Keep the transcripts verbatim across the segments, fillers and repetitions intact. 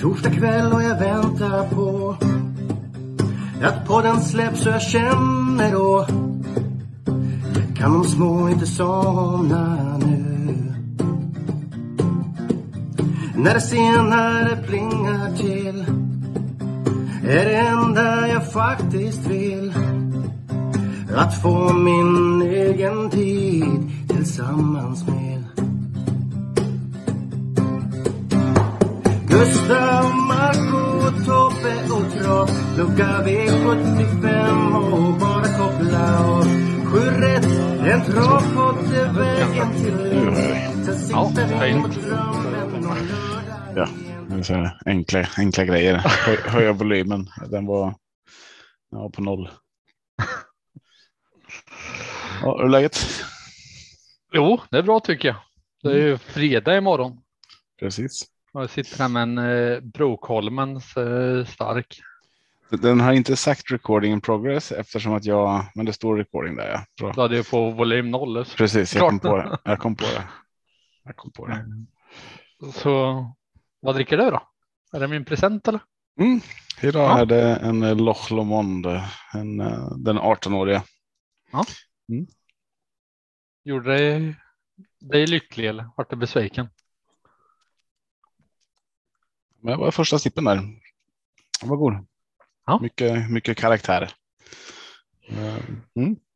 Torsdag kväll och jag väntar på att podden släpps så jag känner då kan de små inte somna nu. När det senare plingar till är det enda jag faktiskt vill att få min egen tid tillsammans med Gustav, Marco, Tobbe och Trav. Lucka V sjuttiofem och bara koppla av. Sju rätt, en travpodd är vägen till lyx. Sen sitter vi mot drömmen och lördag. Ja, det är så här enkla, enkla grejer. Hö, höja volymen, den var ja, på noll. Ja, hur är läget? Jo, det är bra tycker jag. Det är ju fredag imorgon. Precis. Jag sitter här med en eh, Brokholmens eh, stark. Den har inte sagt recording in progress eftersom att jag, men det står recording där, ja. Bra. Du hade ju på volym noll. Precis, jag kom på det. Jag kom på det. Jag kom på det. Mm. Så vad dricker du då? Är det min present eller? Mm. Idag Ja. är det en Loch Lomond, en, den arton-åriga. Ja. Mm. Gjorde dig, dig lycklig eller vart du besviken? Men det var första sippen där. Den var god. Ja. Mycket, mycket karaktär. Mm.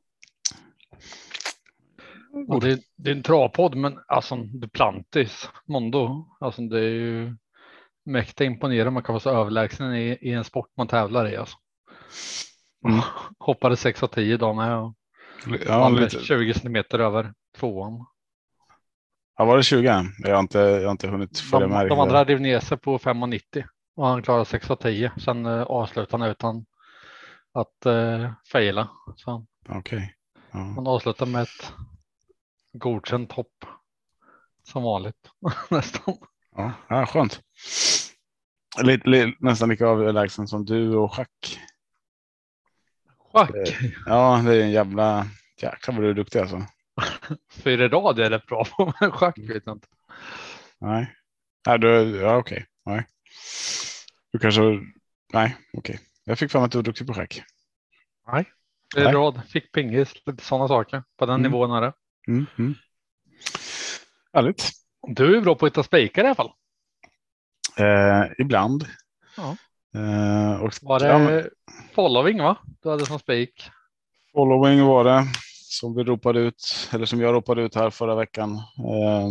Ja, det, det är en travpodd men alltså Duplantis, Mondo, alltså det är ju mäktigt imponerande. Man kan vara så överlägsen i, i en sport man tävlar i alltså. Mm. Hoppade sex av tio dagar med och ja, lite... tjugo centimeter över tvåan. Ja, var det tjugo? Jag har inte, jag har inte hunnit följa de, med. De andra hade ner sig på fem nittio och han klarade sex av tio. Sen uh, avslutade han utan att uh, fejla. Så Okej. Okay. Ja. Han avslutade med ett godkänt hopp. Som vanligt. Nästan. Ja, ja skönt. Lite, lite, nästan lika avlägsen som du och schack. Schack? Ja, det är en jävla... Jäklar vad du är duktig alltså. Fyra rad är det bra på, men schack vet jag inte. Nej. Nej, du, ja okej. Okay. Nej. Du kanske... Nej, okej. Okay. Jag fick fram att du var duktig på schack. Nej. Fyra rad, fick pingis, lite sådana saker. På den mm. nivån är det. Mm, mm. Härligt. Du är bra på att hitta spikar i alla fall. Eh, ibland. Ja. Eh, och, var det ja, men, following va? Du hade som spik. Following var det. Som vi ropade ut. Eller som jag ropade ut här förra veckan. Eh,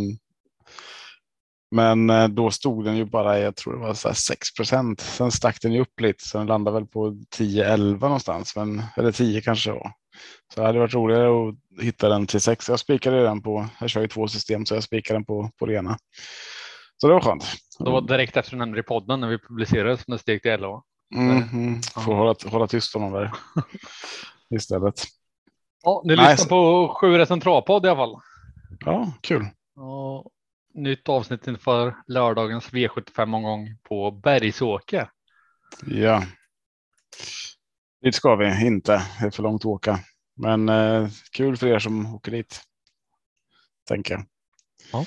men eh, då stod den ju bara, jag tror det var så här sex procent. Sen stack den ju upp lite. Så den landade väl på tio elva någonstans. Men, eller tio kanske var. Så det hade varit roligare att hitta den till sex. Jag spikade den på, jag kör ju två system så jag spikade den på, på det ena. Så det var skönt. Det var direkt efter den i podden när vi publicerade som det steg till elva. Mm, mm. Får ja. hålla, hålla tyst om dem där istället. Ja, ni lyssnar nice. På sju rätt centralpodd i alla fall. Ja, kul. Och nytt avsnitt inför lördagens V sjuttiofem-omgång på Bergsåker. Ja. Dit ska vi inte. Det är för långt att åka. Men eh, kul för er som åker dit. Tänker jag. Ja.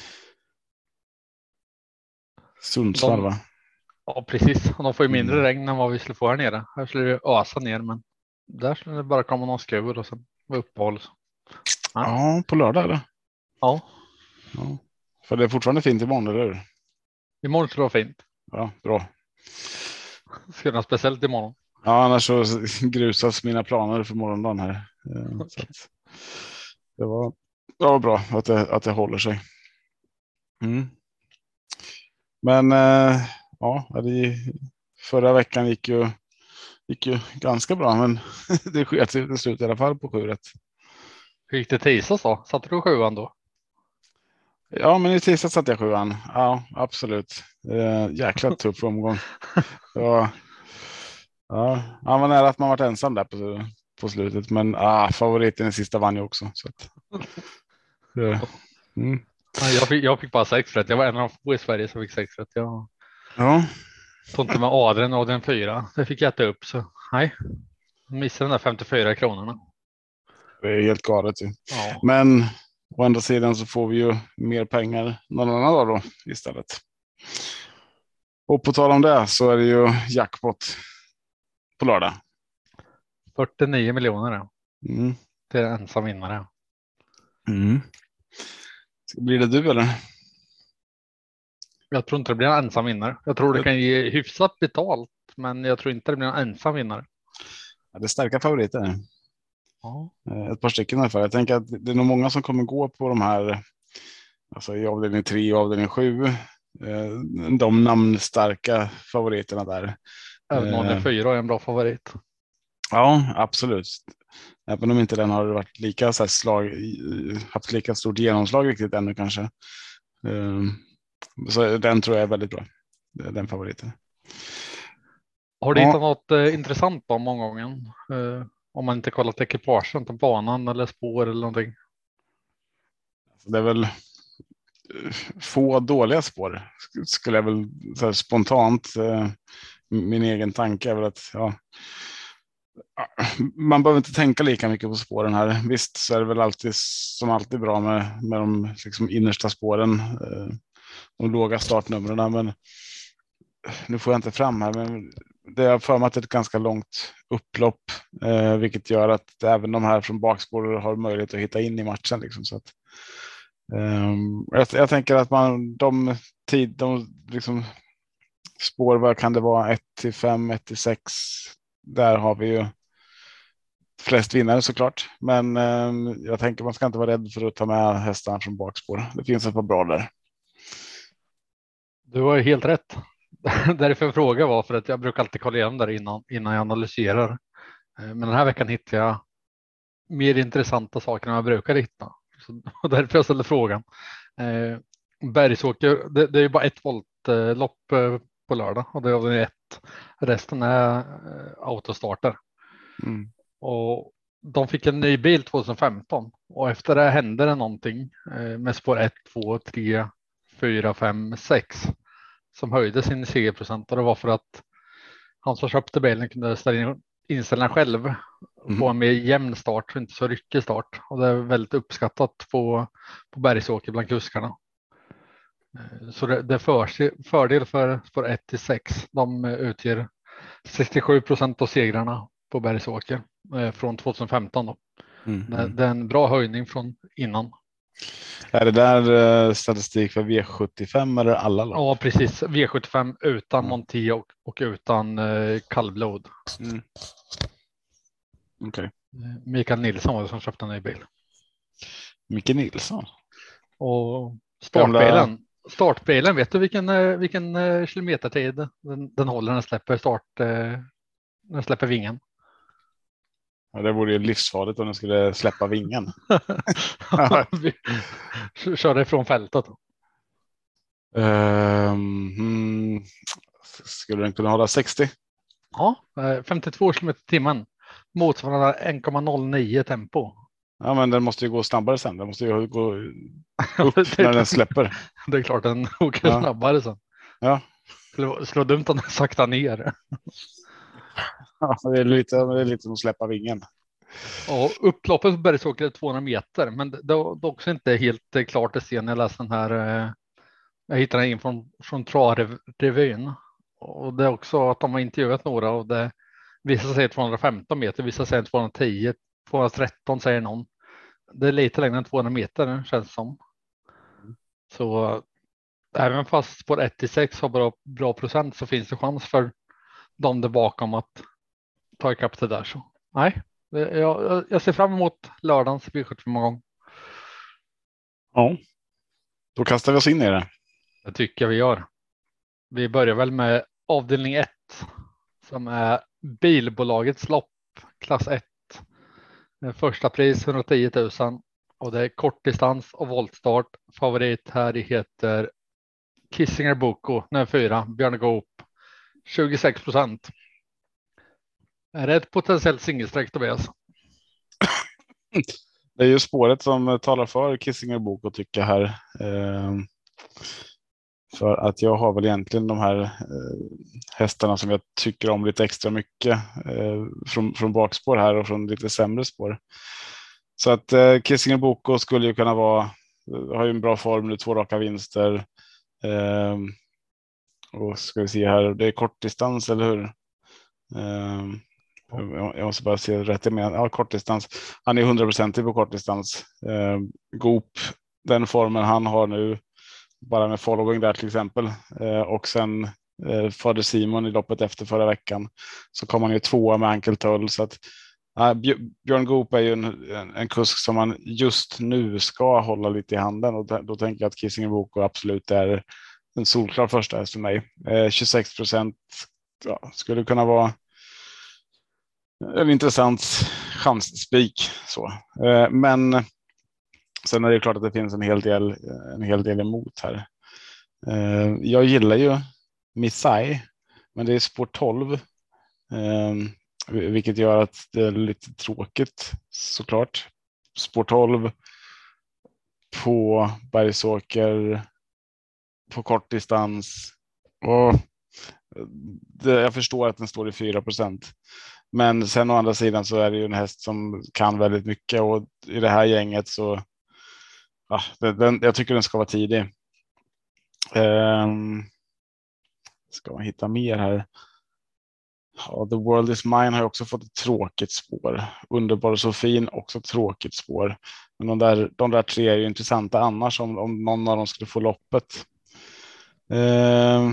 Sundsvall, de, va? Ja, precis. Och de får ju mindre mm. regn än vad vi skulle få här nere. Här skulle det ösa ner, men där skulle det bara komma någon skur och sen vara uppehåll. Ja. ja, på lördag eller? Ja. ja. För det är fortfarande fint imorgon, eller hur? Imorgon tror jag fint. Ja, bra. Ska det speciellt imorgon? Ja, annars så grusas mina planer för morgondagen här. Okay. Så att det var, det var bra att det, att det håller sig. Mm. Men äh, ja, det, förra veckan gick ju, gick ju ganska bra, men det sket sig till slut i alla fall på sju rätt. Hur gick det tisdags då? Satte du sjuan då? Ja, men i tisdags satte jag sjuan. Ja, absolut. Äh, jäkla tuff omgång. Ja. Ja, han var nära att man varit ensam där på, på slutet. Men ah, favoriten i sista vann ju också. Så att, ja. Mm. jag, fick, jag fick bara sex rätt. Jag var en av få i Sverige som fick sex rätt. Jag ja. tog inte med Adren och den fyra. Det fick jag äta upp. Så nej, missade den där femtiofyra kronorna. Det är helt galet ju. Ja. Men å andra sidan så får vi ju mer pengar någon annan dag då istället. Och på tal om det så är det ju jackpot på lördag. fyrtionio miljoner ja. Mm. Det är en ensam vinnare. Mm. Blir det du eller? Jag tror inte det blir en ensam vinnare. Jag tror det kan ge hyfsat betalt, men jag tror inte det blir en ensam vinnare. Ja, det är starka favoriter. Ja. Ett par stycken i alla fall. Jag tänker att det är nog många som kommer gå på de här, alltså i avdelning tre och avdelning sju. De namnstarka favoriterna där. Även avdelning fyra är en bra favorit. Ja, absolut. Även om inte den har varit lika så här slag, haft lika stort genomslag riktigt ännu kanske. Så den tror jag är väldigt bra. Den favoriten. Har du ja. hittat något eh, intressant på många gånger? Eh, om man inte kollat ekipagen på banan eller spår eller någonting. Det är väl få dåliga spår skulle jag väl så här, spontant. Eh, min egen tanke är väl att ja, man behöver inte tänka lika mycket på spåren här. Visst så är det väl alltid som alltid bra med, med de liksom, innersta spåren. Eh, de låga startnumren, men nu får jag inte fram här, men det är för mig att det är ett ganska långt upplopp, eh, vilket gör att även de här från bakspår har möjlighet att hitta in i matchen. Liksom, så att, eh, jag, jag tänker att man de tid, de liksom, spår, vad kan det vara, ett till fem, ett till sex, där har vi ju flest vinnare såklart, men eh, jag tänker man ska inte vara rädd för att ta med hästarna från bakspår. Det finns ett par bra där. Du har ju helt rätt. Därför en fråga var för att jag brukar alltid kolla igenom där innan, innan jag analyserar. Men den här veckan hittar jag mer intressanta saker än jag brukar hitta. Så, och därför jag ställde frågan. Eh, Bergsåker, det, det är ju bara ett voltlopp eh, på lördag och det är ett. Resten är eh, autostarter. Mm. Och de fick en ny bil tjugohundrafemton och efter det hände det någonting eh, med spår ett, två, tre, fyra, fem, sex som höjde sin segerprocent, och det var för att han som köpte bilen kunde ställa in inställningen själv och Mm. få en mer jämn start, inte så ryckig start, och det är väldigt uppskattat på, på Bergsåker bland kuskarna. Så det, det är för, fördel för spår ett till sex. De utger sextiosju procent av segrarna på Bergsåker eh, från tjugohundrafemton då. Mm. Det, det är en bra höjning från innan. Är det där eh, statistik för V sjuttiofem eller alla lopp? Ja, precis. V sjuttiofem utan mm. Monti och, och utan eh, kallblod. Mm. Okej. Okay. Mikael Nilsson var det som köpte en ny bil. Mikael Nilsson? Och startbilen. Gamla... Startbilen, vet du vilken, vilken kilometertid den, den håller när den släpper start, när den släpper vingen? Ja, det vore ju livsfarligt om den skulle släppa vingen. Köra ifrån fältet. Um, hmm, skulle den kunna hålla sextio? Ja, femtiotvå kilometer i timmen. Motsvarande en komma noll nio tempo. Ja, men den måste ju gå snabbare sen. Den måste ju gå upp när den släpper. Det är klart den åker ja. snabbare sen. Ja. Slå, slå dumt om den sakta ner. Ja, det är lite, det är lite som att släppa vingen. Och upploppet på Bergsåker är tvåhundra meter, men det är också inte helt klart att se när jag läste den här. Jag hittade den in från, från Travrevyn, och det är också att de har intervjuat några, och det vissa säger tvåhundrafemton meter, vissa säger tvåhundratio, tvåhundratretton säger någon. Det är lite längre än tvåhundra meter känns som. Så även fast spår ett till sex har bra, bra procent, så finns det chans för de där bakom att ta ikapp det där. Så nej, jag, jag ser fram emot lördagens V sjuttiofem-gång. Ja, då kastar vi oss in i det. Det tycker jag vi gör. Vi börjar väl med avdelning ett som är bilbolagets lopp, klass ett. Första pris hundratio tusen och det är kortdistans och voltstart. Favorit här heter Kissinger Boko, nummer fyra, Björn Goop, tjugosex procent. Är det ett potentiellt singelsträck, Tobias? Det är ju spåret som talar för Kissinger Boko tycker jag här. Eh, för att jag har väl egentligen de här eh, hästarna som jag tycker om lite extra mycket eh, från, från bakspår här och från lite sämre spår. Så att eh, Kissinger Boko skulle ju kunna vara, har ju en bra form nu, två raka vinster. Eh, Och ska vi se här, det är kortdistans, eller hur? Um, jag måste bara se rätt med. Ja, kortdistans. Han är hundra procent på kortdistans. Um, Goop, den formen han har nu, bara med following där till exempel. Uh, och sen uh, Fader Simon i loppet efter förra veckan. Så kom han ju tvåa med Ankeltull. Så att uh, Björn Goop är ju en, en, en kusk som man just nu ska hålla lite i handen. Och då, då tänker jag att Kissinger Boko absolut är en solklar första häst för mig. Uh, tjugosex procent ja, skulle kunna vara en intressant chansspik. Så. Uh, men sen är det klart att det finns en hel del, en hel del emot här. Uh, jag gillar ju Missai, men det är spår tolv. Uh, vilket gör att det är lite tråkigt såklart. Spår tolv på Bergsåker på kort distans. Och det, jag förstår att den står i fyra procent. Men sen å andra sidan så är det ju en häst som kan väldigt mycket. Och i det här gänget så ja, den, jag tycker den ska vara tidig. Um, ska man hitta mer här? Ja, The World Is Mine har också fått ett tråkigt spår. Underbar och så fin, också ett tråkigt spår. Men de där, de där tre är ju intressanta annars om, om någon av dem skulle få loppet. Um,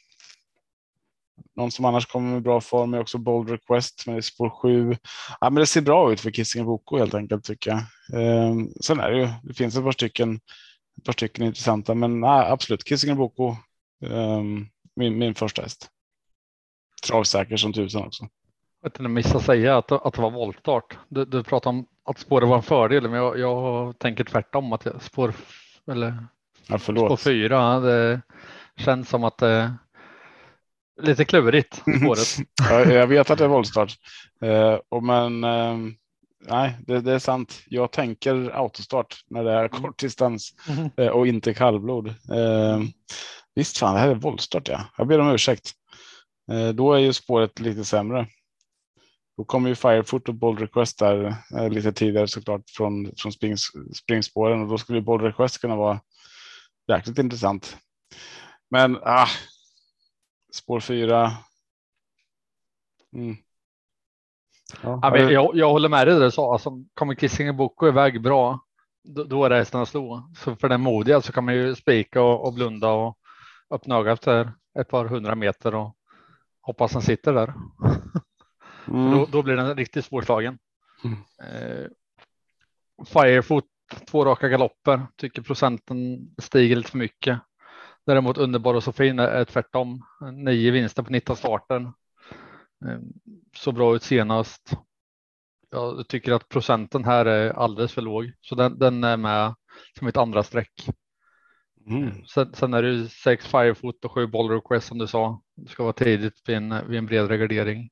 någon som annars kommer med bra form är också Bold Request med spår sju. Ja, men det ser bra ut för Kissinger Boko helt enkelt tycker jag. Um, sen är det ju, det finns ett par stycken, ett par stycken intressanta, men nej, absolut Kissinger Boko, um, min, min första häst. Travsäker som tusen också. Jag vet inte, missa säga att, att det var voltstart. Du, du pratar om att spåret var en fördel, men jag, jag tänker tvärtom att jag, spår, eller, ja, spår fyra, det känns som att det lite klurigt spåret. Ja, jag vet att det är voltstart. Uh, och men uh, nej, det, det är sant. Jag tänker autostart när det är kort distans mm. uh, och inte kallblod. Uh, visst fan, det här är voltstart, ja. Jag ber om ursäkt. Uh, då är ju spåret lite sämre. Då kommer ju Firefoot och Bold Request där uh, lite tidigare såklart från, från springs, springspåren. Och då skulle Bold Request kunna vara jäkligt intressant. Men ah, spår fyra. Mm. Ja, ja, men jag, jag håller med dig där du sa. Alltså, kommer Kissinger Boko iväg bra, då, då är det hästen att slå. Så för den modiga så kan man ju spika och, och blunda och öppna ögat efter ett par hundra meter och hoppas den sitter där. Mm. då, då blir den riktigt svårslagen. Mm. Eh, Firefoot, två raka galopper. Tycker procenten stiger lite för mycket. Däremot Underbar och så fin är tvärtom. Nio vinster på nitton starten. Så bra ut senast. Jag tycker att procenten här är alldeles för låg. Så den, den är med som ett andra streck. Mm. Sen, sen är det sex Firefoot och sju Bold Request som du sa. Det ska vara tidigt vid en, vid en bred gardering.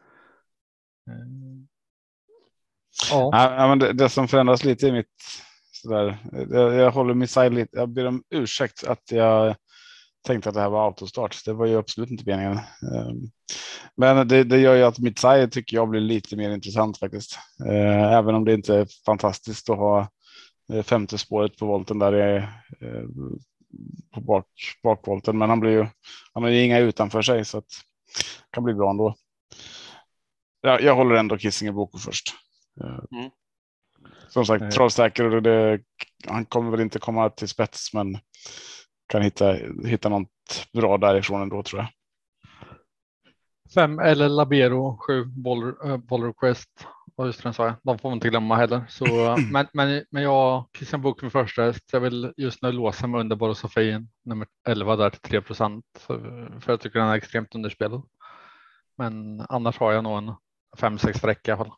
Ja. Ja, men det, det som förändras lite i mitt sådär, jag, jag håller mig lite, jag ber om ursäkt att jag tänkte att det här var autostart. Det var ju absolut inte meningen. Men det, det gör ju att mitt side tycker jag blir lite mer intressant faktiskt. Även om det inte är fantastiskt att ha femte spåret på volten där det är på bak, bakvolten. Men han blir ju, han har ju inga utanför sig så att det kan bli bra ändå. Jag, jag håller ändå Kissinger Boko först. Mm. Som sagt, mm. travsäker och det, han kommer väl inte komma till spets men kan hitta, hitta något bra därifrån ändå tror jag. Fem eller Labero, sju Boll Request och just den sa jag. De får man inte glömma heller. Så, men, men, men jag Kissinger Boko med första häst. Jag vill just nu låsa med Underbar och Sofien nummer elva där till tre procent. För jag tycker den är extremt underspelad. Men annars har jag nog en fem sex sträcka i alla fall.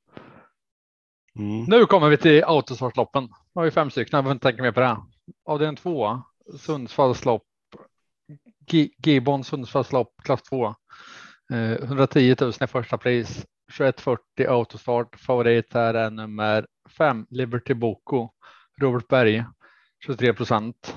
Mm. Nu kommer vi till autostartloppen. Nu har vi fem stycken, jag vill inte tänka mer på det. Av den två, Sundsvallslopp, Gibbon Sundsvallslopp, klass två. Eh, hundratio tusen i första pris, tjugoett fyrtio autostart. Favorit här är nummer fem, Liberty Boko, Robert Berg, tjugotre procent.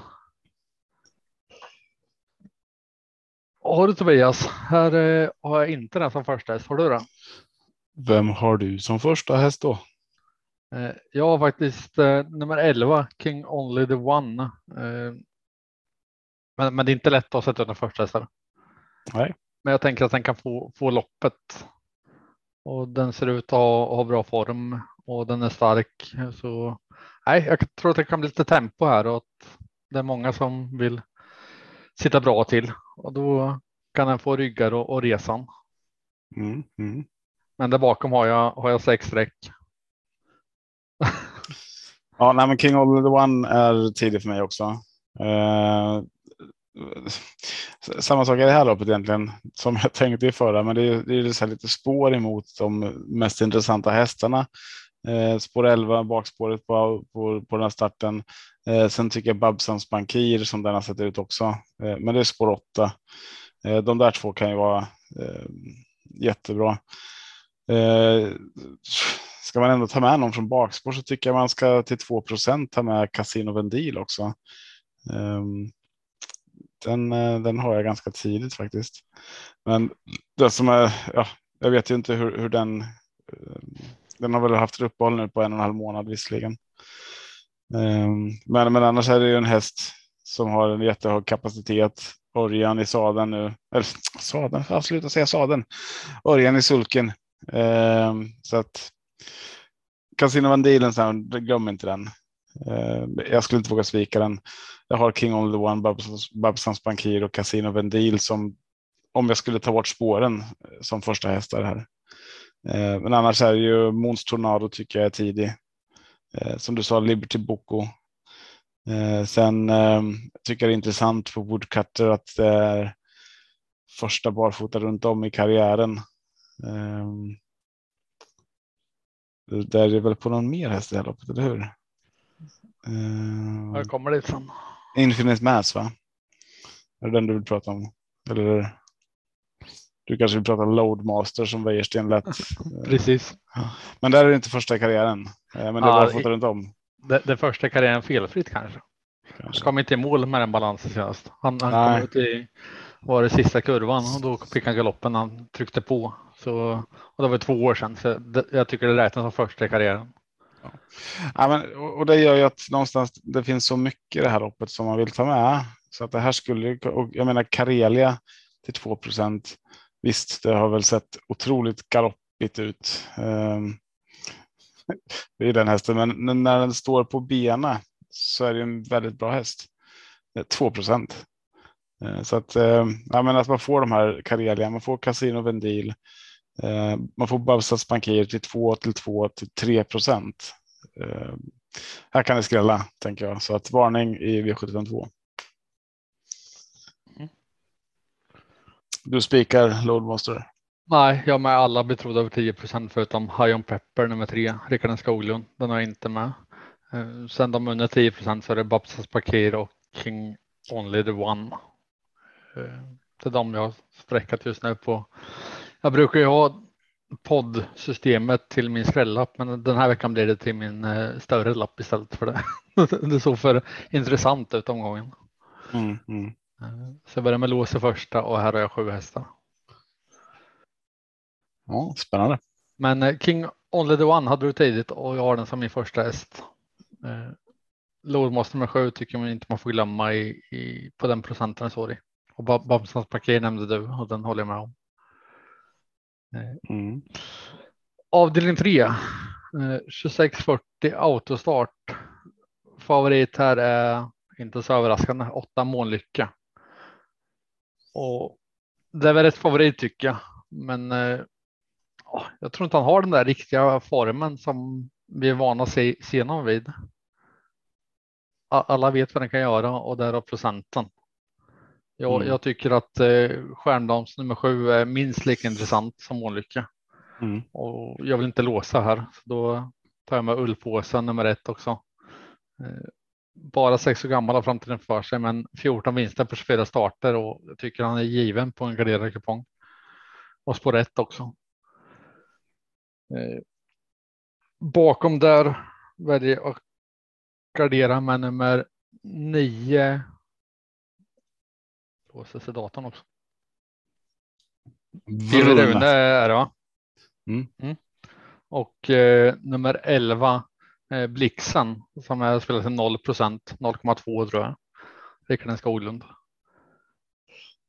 Har du Tobias? Här eh, har jag inte den som första häst. Har du det? Vem har du som första häst då? Eh, jag har faktiskt eh, nummer elva, King Only the One. Eh, Men, men det är inte lätt att sätta ut den första hästen. Nej. Men jag tänker att den kan få, få loppet. Och den ser ut att ha, ha bra form och den är stark. Så nej, jag tror att det kan bli lite tempo här och att det är många som vill sitta bra till. Och då kan den få ryggar och, och resan. Mm, mm. Men där bakom har jag, har jag sex streck. Ja, nej, men King All the One är tidig för mig också. Eh, samma sak i det här loppet egentligen som jag tänkte i förra, men det är, det är så här lite spår emot de mest intressanta hästarna. Eh, spår elva, bakspåret på, på, på den här starten. Eh, sen tycker jag Babsans Bankir som den har sett ut också. Eh, men det är spår åtta. Eh, de där två kan ju vara eh, jättebra. Eh, ska man ändå ta med någon från bakspår så tycker jag man ska till två procent ta med Casino Vendil också. Eh, den, den har jag ganska tidigt faktiskt. Men det som är, ja, jag vet ju inte hur, hur den den har väl haft uppehåll nu på en och en halv månad visserligen. Men, men annars är det ju en häst som har en jättehög kapacitet. Örjan i sadeln nu. Eller sadeln, jag slutar säga sadeln. Örjan i sulken. Så att Casino Vandilen, sen glöm inte den. Jag skulle inte våga svika den. Jag har King All the One, Babs, Babsans Bankir och Casino Vendil som om jag skulle ta bort spåren som första hästar här. Men annars är det ju Måns Tornado tycker jag är tidig. Som du sa, Liberty Boko. Sen tycker jag det är intressant på Woodcutter att det är första barfota runt om i karriären. Där är det väl på någon mer häst i det här loppet, eller hur? Var kommer det ifrån? Infinite Mass, va? Är det den du vill prata om? Eller du kanske vill prata Loadmaster som väger stenlätt. Precis. Men där är det inte första karriären. Men det är Ja, bara fota runt om. Det, det första karriären felfritt kanske. kanske. Han kom inte i mål med den balansen senast. Han, han kom ut i var det sista kurvan och då fick han galoppen han tryckte på. Så, och det var två år sedan. Så det, jag tycker det räknas som första karriären. Ja. Ja, men, och det gör ju att någonstans det finns så mycket i det här loppet som man vill ta med. Så att det här skulle, och jag menar Karelia till två procent. Visst, det har väl sett otroligt galoppigt ut. Um, det är den hästen, men när den står på benen så är det en väldigt bra häst. två procent. Uh, så att, uh, ja, men att man får de här Karelia, man får Casino Vendil, uh, man får Babsas Bankir till två till två till tre procent. Uh, här kan det skrälla, tänker jag. Så att varning i V sjuttiofem. Du spikar Loadmaster? Nej, jag med alla betrodda över tio procent förutom High on Pepper nummer tre, Rickard Skoglund. Den har jag inte med. Sen de under tio procent så är det Babsas Bankir och King Only the One. Det är de jag har sträckat just nu på. Jag brukar ju ha poddsystemet till min skrällapp, men den här veckan blir det till min större lapp istället för det. Det såg för intressant ut omgången. Mm, mm. Så jag börjar med lås i första och här har jag sju hästar. Ja, spännande. Men King Only the One hade du tidigt och jag har den som min första häst. Eh, Loadmaster med sju tycker man inte man får glömma i, i, på den procenten. Sorry. Och Babsans Bankir nämnde du och den håller jag med om. Eh, mm. Avdelning tre. Eh, tjugosex fyrtio autostart. Favorit här är inte så överraskande. åtta Månlycka. Och det är väl ett favorit tycker jag. Men eh, jag tror inte han har den där riktiga formen som vi är vana att se, se någon vid. Alla vet vad den kan göra och där har procenten. Jag, mm. jag tycker att eh, Stjärndams nummer sju är minst lika intressant som Månlycka. Mm. Och jag vill inte låsa här. Så då tar jag med Ullpåsen nummer ett också. Eh, bara sex år gammal har framtiden för sig, men fjorton vinster på tjugofyra starter och jag tycker han är given på en garderad kupong. Och spår ett också. Eh, bakom där väljer jag att gardera med nummer nio. Låser sig datorn också. Fyra Rune är det, va? Mm. Mm. Och eh, nummer elva eh, Blixen som är spelat till noll procent, noll komma två tror jag. Rickard Skoglund.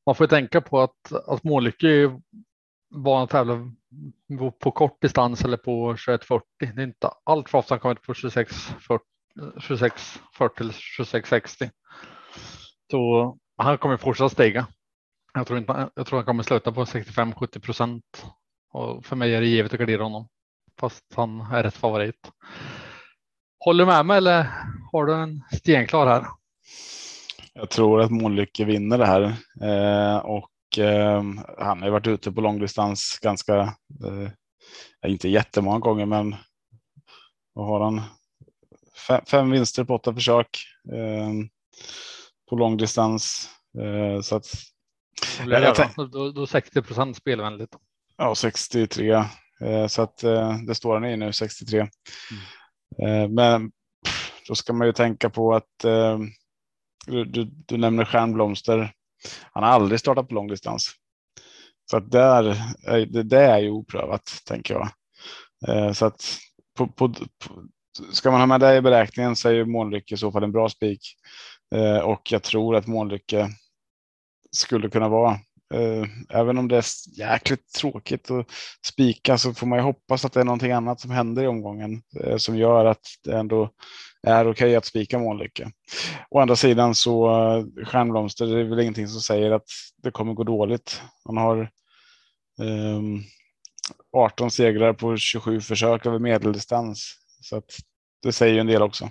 man får tänka på att, att Månlycke är van att tävla på kort distans eller på tjugoett fyrtio. Det är inte allt för ofta han kommit på tjugosex fyrtio eller tjugosex sextio. Så han kommer fortsätta stiga. Jag tror, inte, jag tror han kommer sluta på sextiofem till sjuttio procent. Och för mig är det givet att gardera honom. Fast han är rätt favorit. Håller du med mig eller har du en stenklar här? Jag tror att Månlycke vinner det här. Eh, och eh, han har ju varit ute på långdistans ganska, eh, inte jättemånga gånger, men vad har han? Fem, fem vinster på åtta försök eh, på långdistans. Eh, så att jag, jag tänk... då, då sextio procent spelvänligt. Ja, sextiotre. Eh, så att eh, det står han i nu, sextiotre. Mm. Eh, men då ska man ju tänka på att eh, du, du, du nämner Stjärnblomster. Han har aldrig startat på långdistans. Så att där, det, det är ju oprövat, tänker jag. Eh, så att på, på, på, ska man ha med det i beräkningen så är ju Månlycke i så fall en bra spik. Eh, och jag tror att Månlycke skulle kunna vara, eh, även om det är jäkligt tråkigt att spika, så får man ju hoppas att det är någonting annat som händer i omgången eh, som gör att det ändå är okej att spika Månlycke. Å andra sidan så uh, Stjärnblomster, det är väl ingenting som säger att det kommer gå dåligt. Han har um, arton segrar på tjugosju försök över medeldistans. Så att det säger ju en del också.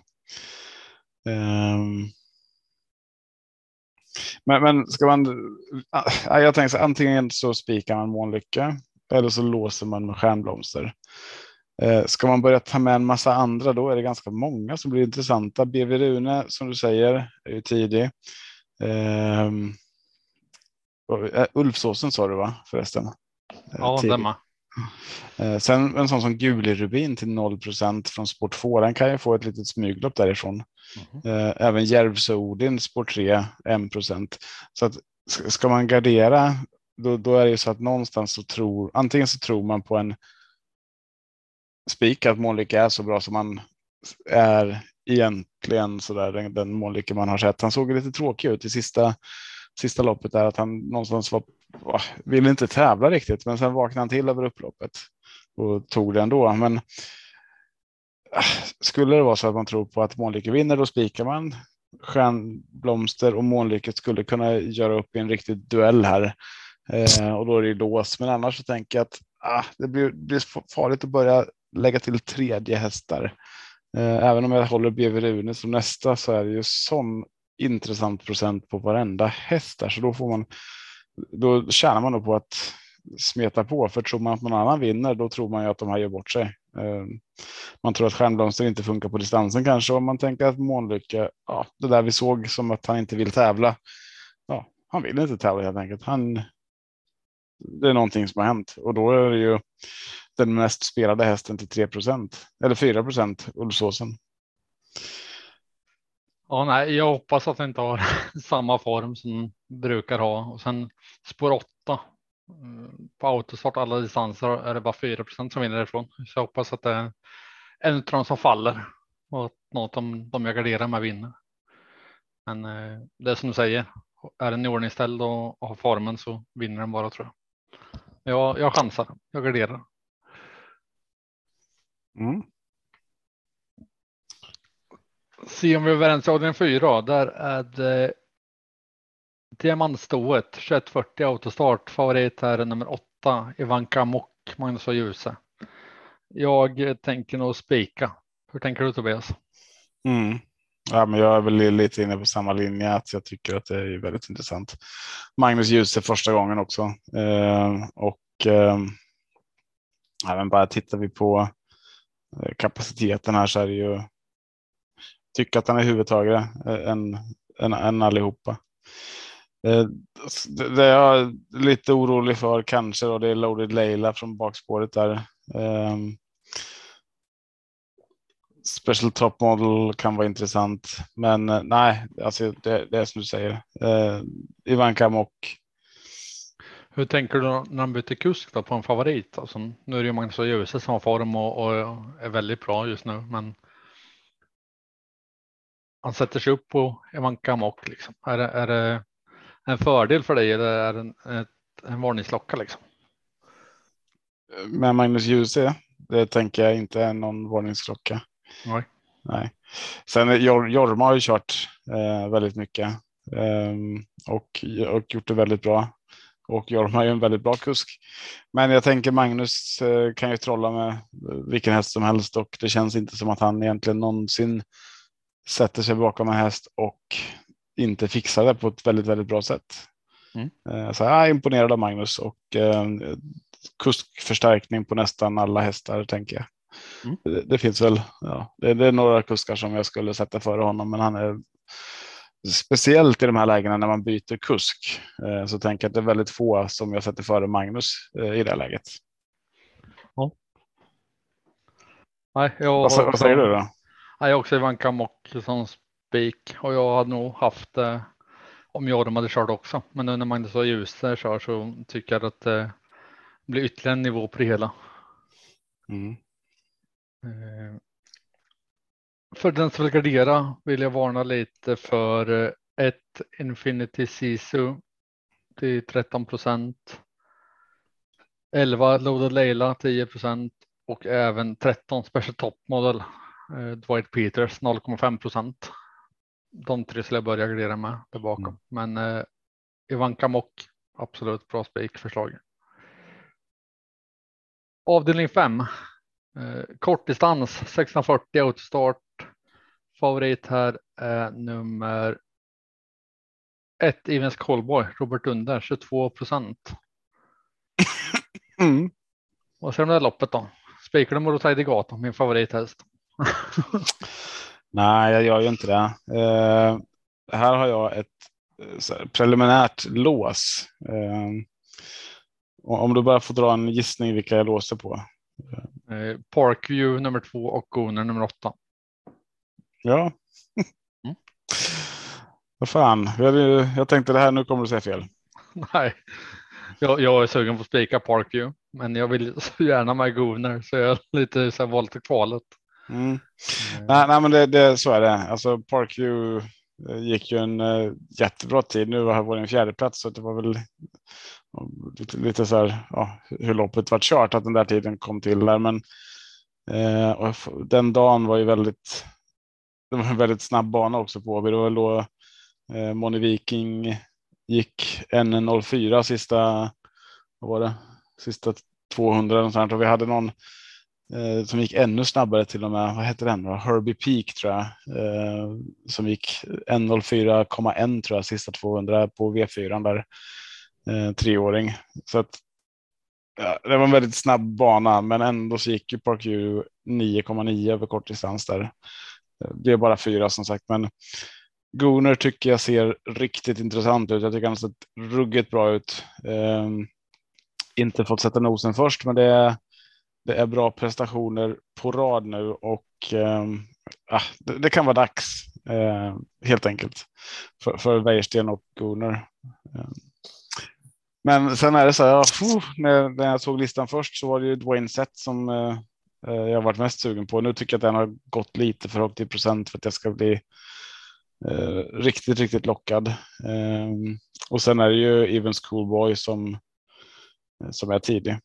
Um, men, men ska man... Uh, jag tänker så antingen så spikar man Månlycke eller så låser man med Stjärnblomster. Eh, ska man börja ta med en massa andra, då är det ganska många som blir intressanta. B V Rune, som du säger, är ju tidig. Eh, Ulfsåsen sa du, va, förresten? Eh, ja, stämmer. Eh, sen en sån som Guli Rubin till noll procent från Sport två, den kan ju få ett litet smyglopp därifrån. Mm. Eh, även Järvsö Odin, Sport tre, en procent. Så att ska man gardera, då, då är det ju så att någonstans så tror, antingen så tror man på en spik att Månlycke är så bra som man är egentligen, så där, den, den Månlycke man har sett. Han såg lite tråkig ut i sista, sista loppet där, att han någonstans var, ville inte tävla riktigt, men sen vaknade han till över upploppet och tog det ändå. Men skulle det vara så att man tror på att Månlycke vinner, då spikar man. Stjärnblomster och Månlycke skulle kunna göra upp i en riktig duell här. Eh, och då är det lås. Men annars så tänker jag att ah, det blir, blir farligt att börja lägga till tredje hästar. Eh, även om jag håller B V Rune som nästa, så är det ju sån intressant procent på varenda hästar. Så då får man, då tjänar man nog på att smeta på. För tror man att någon annan vinner, då tror man ju att de här gör bort sig. Eh, man tror att Stjärnblomster inte funkar på distansen kanske. Och man tänker att Månlycke, ja, det där vi såg som att han inte vill tävla. Ja, han vill inte tävla helt enkelt. Han, det är någonting som har hänt. Och då är det ju den mest spelade hästen till tre procent. Eller fyra procent, Ulfsåsen. Ja, nej, jag hoppas att det inte har samma form som brukar ha. Och sen spår åtta. På autostart alla distanser är det bara fyra procent som vinner därifrån. Så jag hoppas att det är en av de som faller. Och att något de, de jag garderar med vinner. Men eh, det är som du säger. Är den ordningställd och, och har formen, så vinner den bara, tror jag. Jag, jag chansar. Jag garderar. Mm. Se om vi är överens i avdelning fyra. Där är det diamantstoet. tjugoett fyrtio autostart. Favorit här är nummer åtta. Ivanka Mock, Magnus och Ljuse. Jag tänker nog spika. Hur tänker du, Tobias? Mm. Ja, men jag är väl lite inne på samma linje, att jag tycker att det är väldigt intressant. Magnus Ljuse första gången också. Eh, och eh, även bara tittar vi på kapaciteten här, så är det ju, tycker att han är huvudtagare än, än, än allihopa. Eh, det, det är jag lite orolig för kanske då, det är Loaded Leila från bakspåret där. Eh, Special Top Model kan vara intressant, men eh, nej, alltså det, det är som du säger. Eh, Ivanka Mock. Hur tänker du när han byter kusk då på en favorit? Alltså, nu är det ju Magnus och Ljuse som har form och, och är väldigt bra just nu, men han sätter sig upp på Ivanka Mock liksom. Är det, är det, en fördel för dig eller är en, ett, en varningsklocka liksom? Med Magnus Djuse, det tänker jag inte är någon varningsklocka. Nej. Nej. Sen Jor, Jorma har ju kört eh, väldigt mycket eh, och, och gjort det väldigt bra. Och Jorma är ju en väldigt bra kusk. Men jag tänker Magnus eh, kan ju trolla med vilken häst som helst och det känns inte som att han egentligen någonsin sätter sig bakom en häst och inte fixar det på ett väldigt, väldigt bra sätt. Mm. Eh, så jag är imponerad av Magnus och eh, kuskförstärkning på nästan alla hästar tänker jag. Mm. Det, det finns väl, ja, det, det är några kuskar som jag skulle sätta före honom, men han är speciellt i de här lägena när man byter kusk eh, så tänker jag att det är väldigt få som jag sätter före Magnus eh, i det läget. Ja. Nej, jag vad, har, vad säger du då? Jag är också Ivanka Mock som spik och jag hade nog haft det eh, om jag hade kört också. Men nu när Magnus så ljus där kör så tycker jag att det blir ytterligare en nivå på det hela. Mm. Eh, för den som vill gardera vill jag varna lite för ett Infinity Sisu till tretton procent. elva Loaded Leila tio procent och även tretton Special Top Model eh, Dwight Peters noll komma fem procent. De tre skulle jag börja gardera med där bakom. Mm. Men eh, Ivanka Mock absolut bra spikförslag. Avdelning fem. Eh, kortdistans sexhundrafyrtio autostart. Favorit här är nummer ett Evens Callboy Robert Under tjugotvå procent. Mm. Vad säger du om det här loppet då? Spikar du mot Tidigato, min favorithäst? Nej, jag gör ju inte det. Eh, här har jag ett här, preliminärt lås. Eh, om du bara får dra en gissning vilka jag låser på. Eh, Parkview nummer två och Gooner nummer åtta. Ja. Mm. Vad fan, jag, jag tänkte det här, nu kommer du säga fel. Nej, jag, jag är sugen på att spika Parkview, men jag vill så gärna med Gooner så jag är lite så här valt i kvalet. Mm. Mm. Nej, nej, men det, det, så är det. Alltså Parkview gick ju en uh, jättebra tid. Nu var det en fjärde plats så det var väl lite, lite så här, ja, hur loppet var kört att den där tiden kom till där. Men uh, och den dagen var ju väldigt, det var en väldigt snabb bana också på. Det var då uh, Moni Viking gick en noll fyra sista, vad var det? Sista tvåhundra någonstans och vi hade någon eh, som gick ännu snabbare till och med, vad heter den då? Herbie Peak tror jag, eh, som gick en noll fyra komma ett tror jag sista tvåhundra på V fyra där, eh, treåring. Så att ja, det var en väldigt snabb bana men ändå så gick ju Parkview nio komma nio över kortdistans där. Det är bara fyra som sagt, men Gooner tycker jag ser riktigt intressant ut. Jag tycker han har sett ruggigt bra ut. Eh, inte fått sätta nosen först, men det är, det är bra prestationer på rad nu och eh, det, det kan vara dags eh, helt enkelt för, för Wäjersten och Gooner. Eh. Men sen är det så här, ja, pff, när, när jag såg listan först så var det ju Dwayne Sett som eh, jag har varit mest sugen på. Nu tycker jag att den har gått lite för högt i procent för att jag ska bli Eh, riktigt, riktigt lockad. Eh, och sen är det ju Evens Callboy som, som är tidig.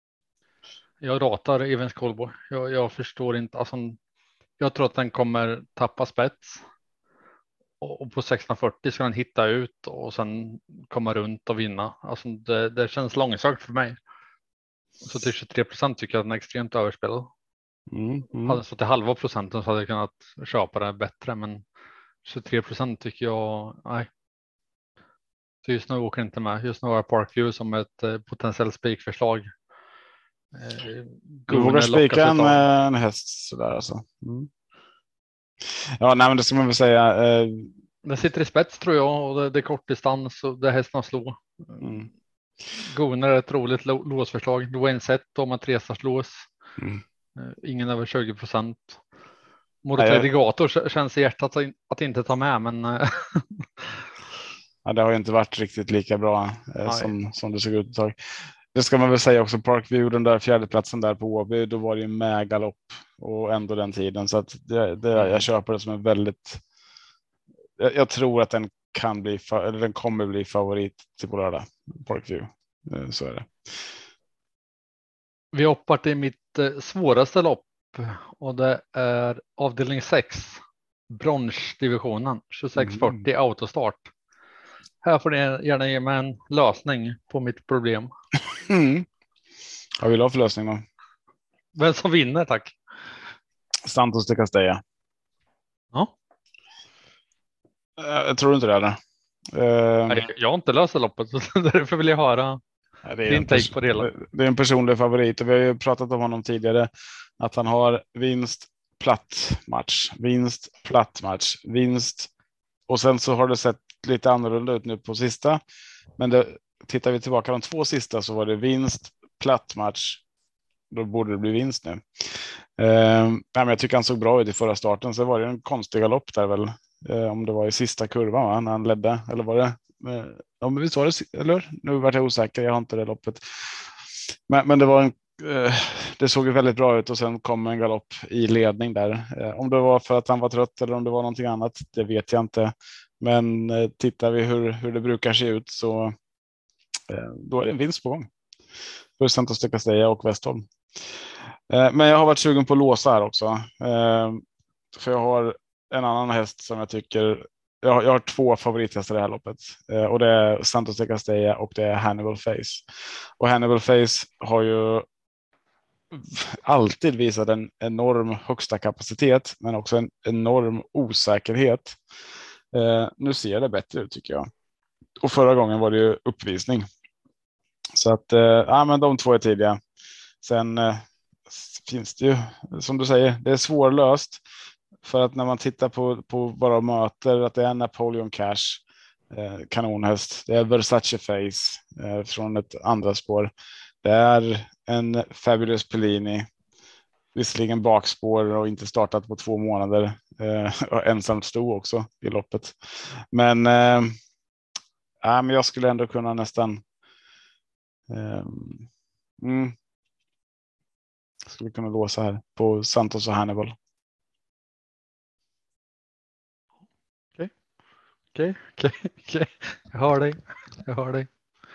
Jag ratar Evens Callboy. Jag, jag förstår inte. Alltså, jag tror att den kommer tappa spets. Och, och på sexhundrafyrtio ska den hitta ut och sen komma runt och vinna. Alltså, det, det känns långsökt för mig. Så till tjugotre procent tycker jag att den är extremt överspelad. Mm, mm. Hade så till halva procenten så hade jag kunnat köpa det bättre. Men tjugotre procent tycker jag, nej. Så just nu åker inte med. Just nu har jag Parkview som ett eh, potentiellt spikförslag. Eh, du vågar spika en, en häst sådär alltså. Mm. Ja, nej men det ska man väl säga. Eh... Den sitter i spets tror jag och det, det är kortdistans och det är hästen att slå. Mm. Gooner är ett roligt låsförslag. Dwayne Sett om man tresars lås. Mm. Eh, ingen över tjugo procent. Morotedigator känns i hjärtat att, att inte ta med, men ja, det har ju inte varit riktigt lika bra eh, som, som det såg ut ett tag. Det ska man väl säga också, Parkview, den där fjärdeplatsen där på Åby, då var det ju megalopp och ändå den tiden. Så att det, det, jag köper det som en väldigt, jag, jag tror att den kan bli, eller den kommer bli favorit till på lördag. Parkview, så är det. Vi hoppar till mitt svåraste lopp och det är avdelning sex, bronsdivisionen, tjugosex fyrtio mm. autostart. Här får ni gärna ge mig en lösning på mitt problem. Mm. Vad vill du ha för lösning då? Vem som vinner, tack. Santos de Castella. Ja. Jag tror inte det är det. Nej, jag har inte löst loppet, så därför vill jag höra det är din take på det hela. Det är en personlig favorit och vi har ju pratat om honom tidigare. Att han har vinst, platt match, vinst, platt match, vinst. Och sen så har det sett lite annorlunda ut nu på sista. Men det, tittar vi tillbaka de två sista så var det vinst, platt match. Då borde det bli vinst nu. Eh, men jag tycker han såg bra ut i förra starten. Så var det en konstig galopp där väl. Eh, om det var i sista kurvan va? När han ledde. Eller var det? Eh, ja, men visst var det, eller? Nu vart jag osäker. Jag har inte det loppet. Men, men det var en eh, det såg ju väldigt bra ut och sen kom en galopp i ledning där. Eh, om det var för att han var trött eller om det var någonting annat, det vet jag inte. Men eh, tittar vi hur, hur det brukar se ut så eh, då är det en vinst på gång. För Santos de Castella och Westholm. Eh, men jag har varit sugen på att låsa här också. Eh, för jag har en annan häst som jag tycker, jag har, jag har två favorithästar i det här loppet. Eh, och det är Santos de Castella och det är Hannibal Face. Och Hannibal Face har ju alltid visat en enorm högsta kapacitet men också en enorm osäkerhet. Eh, nu ser det bättre ut tycker jag. Och förra gången var det ju uppvisning. Så att, eh, ja men de två är tidiga. Sen eh, finns det ju, som du säger, det är svårlöst. För att när man tittar på, på vad de möter, att det är Napoleon Cash, eh, kanonhäst. Det är Versace Face eh, från ett andra spår. Det är en Fabulous Pellini. Visserligen bakspår och inte startat på två månader. Eh, och ensamt stod också i loppet. Men, eh, ja, men jag skulle ändå kunna nästan eh, mm, skulle kunna låsa här på Santos och Hannibal. Okej, okej, okej, okej. Jag hör dig. Jag hör dig.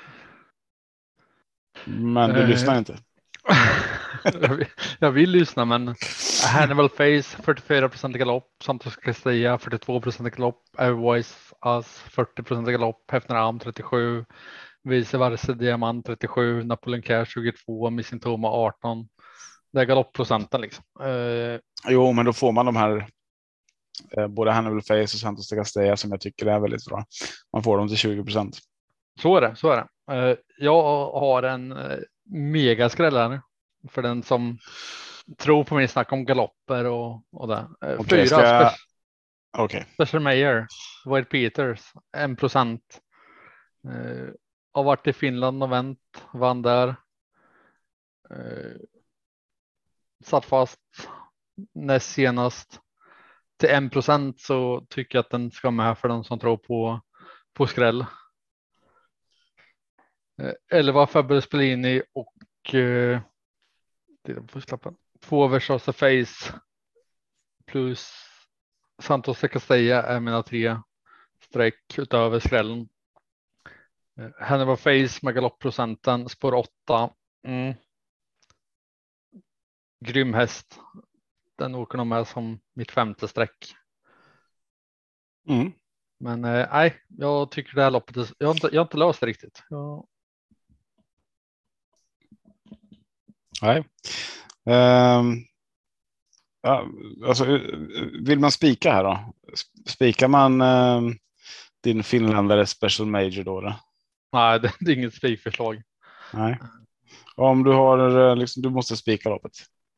Men du eh. lyssnar inte. jag, vill, jag vill lyssna, men Hannibal Face fyrtiofyra procent galopp, Santos Castella fyrtiotvå procent galopp, Everwise Us fyrtio procent galopp, Hefner Am trettiosju, Vice Versa Diamant trettiosju, Napoleon Cash tjugotvå, Missing Toma arton. Det är galoppprocenten liksom. Eh. Jo, men då får man de här eh, både Hannibal Face och Santos de Castella som jag tycker är väldigt bra. Man får dem till tjugo procent. Så är det, så är det. Eh, jag har en eh, megaskrällare för den som tror på min snack om galopper och, och det. Eh, okay, fyra. Jag... Okej. Okay. Special Mayor, White Peters, en procent. Eh, har varit i Finland och vänt, vann där. Eh, satt fast näst senast. Till en procent så tycker jag att den ska med för den som tror på, på skräll. elva Fabulous Pellini och eh, två Versace Face plus Santos de Castella är mina tre streck utöver skrällen. Eh, Hannibal Face med galoppprocenten, spår åtta. Mm. Grym häst. Den åker nog med som mitt femte streck. Mm. Men eh, nej, jag tycker det här loppet är, jag har inte, jag har inte löst det riktigt. Jag... Nej. Um, ja, alltså, vill man spika här då? Spikar man um, din finländare Special Major då? då? Nej, det, det är inget spikförslag. Nej. Om du har liksom, du måste spika loppet.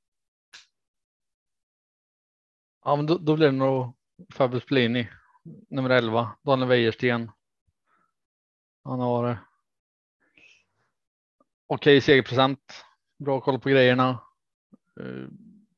Ja, men då, då blir det nog Fabulous Pellini, nummer elva, Daniel Wäjersten. Han har okej okay, segerprocent, bra koll på grejerna. Uh,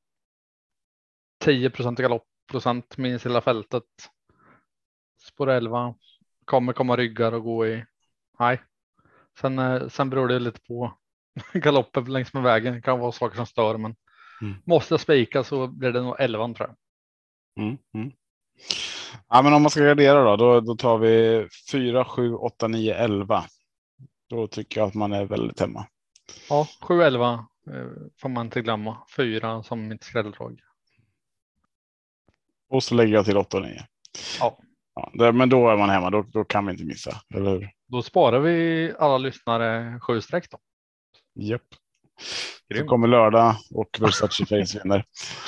tio procent galoppprocent minst hela fältet. Spår elva, kommer komma ryggar och gå i. Nej, sen, uh, sen beror det lite på galoppen längs med vägen. Det kan vara saker som stör, men mm. måste jag spika så blir det nog elva tror jag. Mm, mm. Ja, men om man ska gardera då, då, då tar vi fyra, sju, åtta, nio, elva. Då tycker jag att man är väldigt hemma. Ja, sju elva eh, får man inte glömma. Fyra som mitt skrälldrag. Och så lägger jag till åtta och nio. Ja. Ja, det, men då är man hemma, då, då kan vi inte missa, eller hur? Då sparar vi alla lyssnare sju streck då. Japp. Så Grymt. kommer lördag och Versace Face vinner.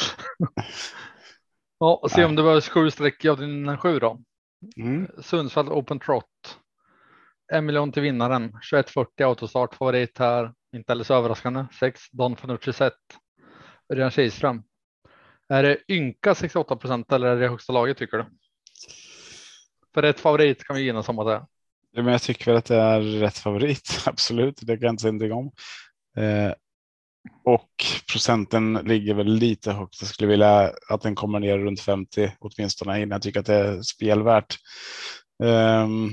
Ja, och se Nej. om det var sju streck av din sju då. Mm. Sundsvall Open Trot. En miljon till vinnaren. tjugoett fyrtio autostart favorit här. Inte alldeles överraskande. sex Don Fanucci set. Örjan Kihlström. Är det ynka sextioåtta procent eller är det högsta laget tycker du? För rätt favorit kan vi gynna som att det är. Ja, men jag tycker väl att det är rätt favorit. Absolut, det kan jag inte säga någonting om. Eh, och procenten ligger väl lite högt. Jag skulle vilja att den kommer ner runt femtio åtminstone innan jag tycker att det är spelvärt. Um,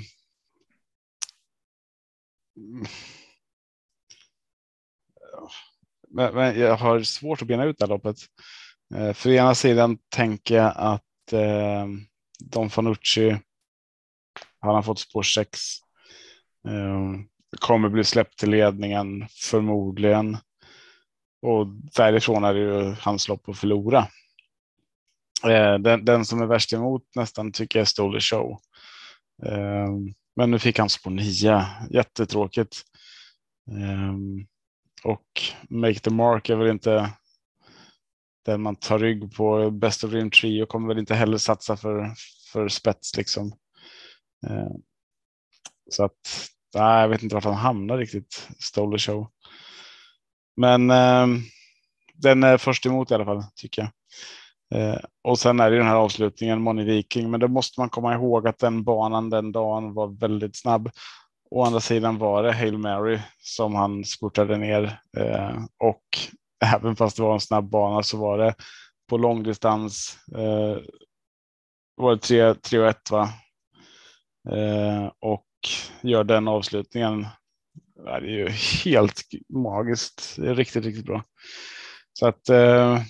men, men jag har svårt att bena ut det här loppet. Uh, för ena sidan tänker jag att uh, Don Fanucci, han har fått spår sex. Uh, kommer bli släppt till ledningen förmodligen. Och därifrån är det ju hans lopp att förlora. Eh, den, den som är värst emot nästan tycker jag är Stole the Show. Eh, men nu fick han spår nio. Jättetråkigt. Eh, och Make the Mark är väl inte den man tar rygg på. Best of Dream Trio kommer väl inte heller satsa för, för spets liksom. Eh, så att nej, jag vet inte varför han hamnar riktigt Stole the Show. Men eh, den är först emot i alla fall tycker jag. Eh, och sen är det den här avslutningen Money Viking, men då måste man komma ihåg att den banan den dagen var väldigt snabb. Å andra sidan var det Hail Mary som han spurtade ner eh, och även fast det var en snabb bana så var det på långdistans eh, var det tre och ett va? Eh, och gör den avslutningen. Det är ju helt magiskt. Det är riktigt, riktigt bra. Så att eh,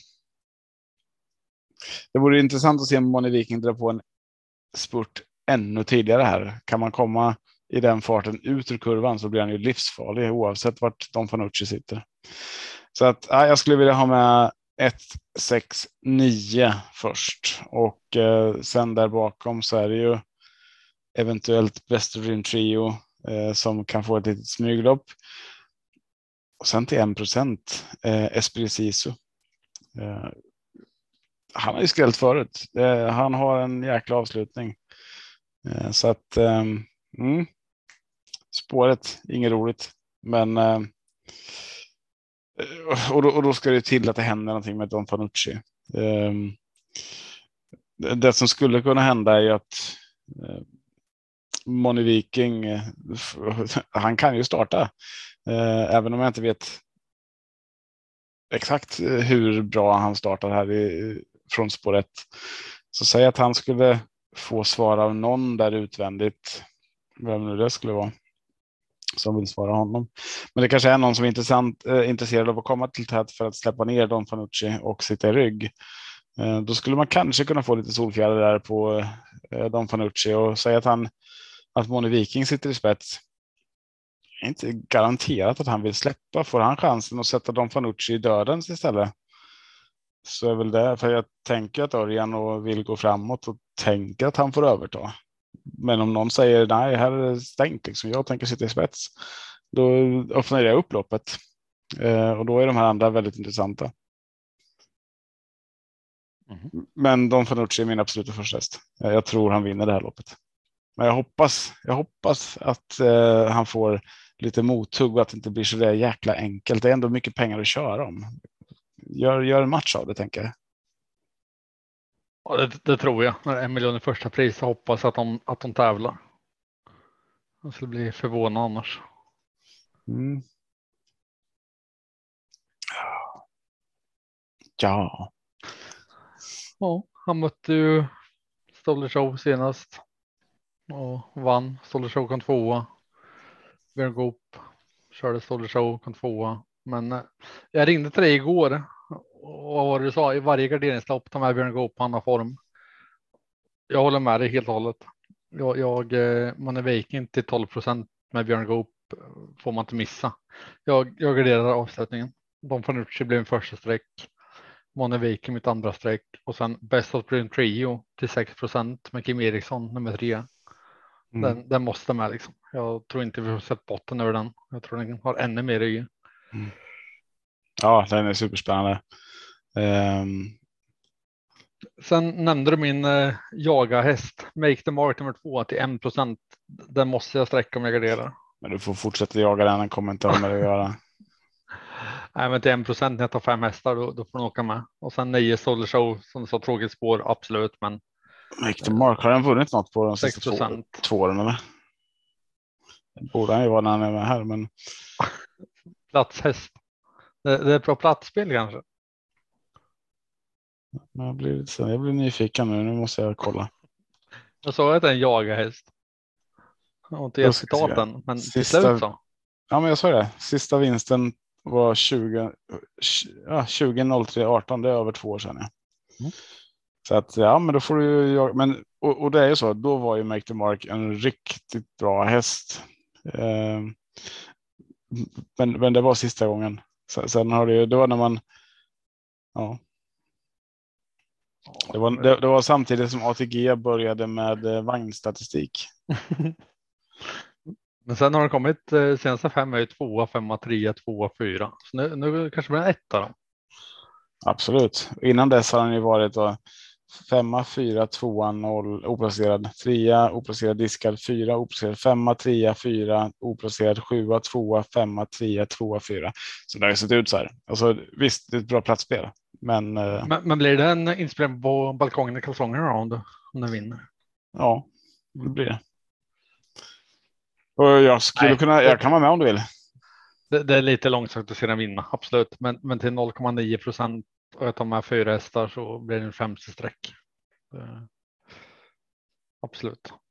det vore intressant att se om Money Viking drar på en spurt ännu tidigare här. Kan man komma i den farten ut ur kurvan så blir han ju livsfarlig oavsett vart Don Fanucci sitter. Så att ja, jag skulle vilja ha med ett, sex, nio först. Och eh, sen där bakom så är det ju eventuellt Best of Dream Trio eh, som kan få ett litet smyglopp. Och sen till en procent eh, Esprit Sisu. Eh, han har ju skrällt förut. Eh, han har en jäkla avslutning. Eh, så att eh, mm, spåret, inget roligt. Men eh, och, då, och då ska det till att det händer någonting med Don Fanucci. Eh, det som skulle kunna hända är ju att eh, Money Viking, eh, han kan ju starta. Eh, även om jag inte vet exakt hur bra han startar här i, från spår ett. Så säg att han skulle få svar av någon där utvändigt. Vem nu det skulle vara. Som vill svara honom. Men det kanske är någon som är intressant, eh, intresserad av att komma till tät för att släppa ner Don Fanucci och sitta i rygg. Eh, då skulle man kanske kunna få lite solfjäder där på eh, Don Fanucci och säga att han att Money Viking sitter i spets. Det är inte garanterat att han vill släppa. Får han chansen att sätta Don Fanucci i dödens istället? Så är väl det. För jag tänker att Örjan och vill gå framåt och tänker att han får överta. Men om någon säger nej, här är det stängt. Liksom, jag tänker sitta i spets. Då öppnar jag upp loppet. Eh, och då är de här andra väldigt intressanta. Mm. Men Don Fanucci är min absoluta första häst. Jag tror han vinner det här loppet. Men jag hoppas, jag hoppas att eh, han får lite mothugg och att det inte blir så där jäkla enkelt. Det är ändå mycket pengar att köra om. Gör, gör en match av det, tänker jag. Ja, det, det tror jag. När en miljon i första pris, hoppas att de, att de tävlar. Jag skulle bli förvånad annars. Mm. Ja. Ja, han mötte ju Stole Show senast. Och vann. Stole Show kom tvåa. Björn Goop körde Stole Show kom tvåa. Men eh, jag ringde till dig igår. Och vad var det du sa? I varje garderingslopp ta med Björn Goop på andra form. jag håller med dig helt och hållet. Jag, jag, man är Viking till tolv procent med Björn Goop får man inte missa. Jag, jag garderar avslutningen. Don Fanucci blev en första streck. Monevik mitt andra streck och sen Best of Dream Trio till sex procent med Kim Eriksson nummer tre. Mm. Den, den måste med liksom. Jag tror inte vi har sett botten över den. Jag tror den har ännu mer i. Mm. Ja, den är superspännande. Um... Sen nämnde du min uh, jaga-häst Make the Mark nummer två till en procent. Den måste jag sträcka om jag garderar. Men du får fortsätta jaga den, den kommer inte ha med det att göra. Nej, men till en procent när jag tar fem hästar då, då får den åka med. Och sen nio Solar Show som så tråkigt spår, absolut. Men Make the Mark, har den vunnit något på de sex procent. sista två, två åren eller? Det borde han ju vara när han är med här, men... Platshäst. Det, det är bra platsspel kanske. Jag blir, jag blir nyfiken nu, nu måste jag kolla. Jag sa att det är en jagarhäst. Och inte gett staten, men sista, slut så. Ja, men jag sa det. Sista vinsten var tjugo, ja, tjugo noll tre arton, det är över två år sedan. Ja. Mm. Så att, ja, men då får du ju, men, och, och det är ju så, då var ju Make the Mark en riktigt bra häst. Eh, men, men det var sista gången. Sen, sen har det ju, det var när man, ja. Det var, det, det var samtidigt som A T G började med eh, vagnstatistik. Men sen har det kommit eh, senaste fem är tvåa, femma, trea, tvåa, fyra. Så nu, nu kanske blir det en etta då. Absolut. Innan dess har han ju varit då, femma, fyra, tvåa, noll, oplacerad, trea, oplacerad, diskad, fyra, oplacerad, femma, trea, fyra, oplacerad, sjua, tvåa, femma, trea, tvåa, fyra. Så det har sett ut så här. Alltså visst, det är ett bra platsspel. Men, men, men blir det en inspelning på balkongen i kalsongerna om du, om du vinner? Ja, det blir det. Och jag skulle Nej, kunna, jag kan vara med om du vill. Det, det är lite långsökt att se den vinna, absolut. Men, men till noll komma nio procent och jag tar med fyra hästar så blir det en femtio streck. Det, absolut.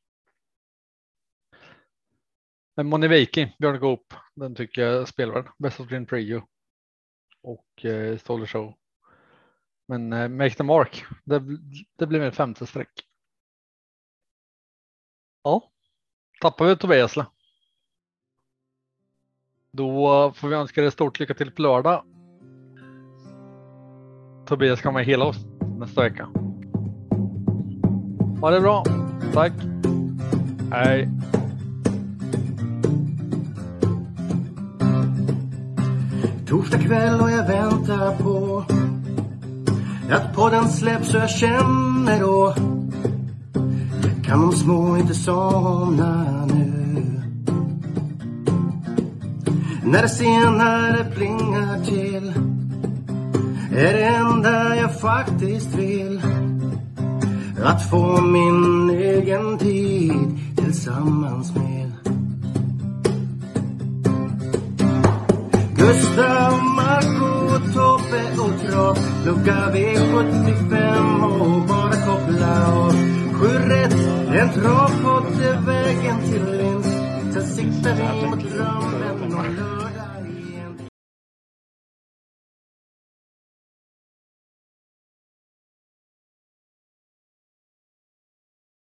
Men Moniviki, Björn Goop, den tycker jag spelar Best of Dream Trio och eh, Stoller Show. Men eh, Make the Mark, det, det blir en femte streck. Ja, tappar vi Tobiasle. Då får vi önska dig stort lycka till på lördag. Tobias kommer hela oss nästa vecka. Ha det bra. Tack. Hej. Torsdag kväll och jag väntar på att podden släpps och jag känner då kan de små inte somna nu. När det senare plingar till är det enda jag faktiskt vill att få min egen tid tillsammans med Gustav, Marco, Tobbe och Trav. Lucka V sjuttiofem och bara koppla av. Sju rätt, en travpott är vägen till vinst. Sen siktar vi mot drömmen och lördag.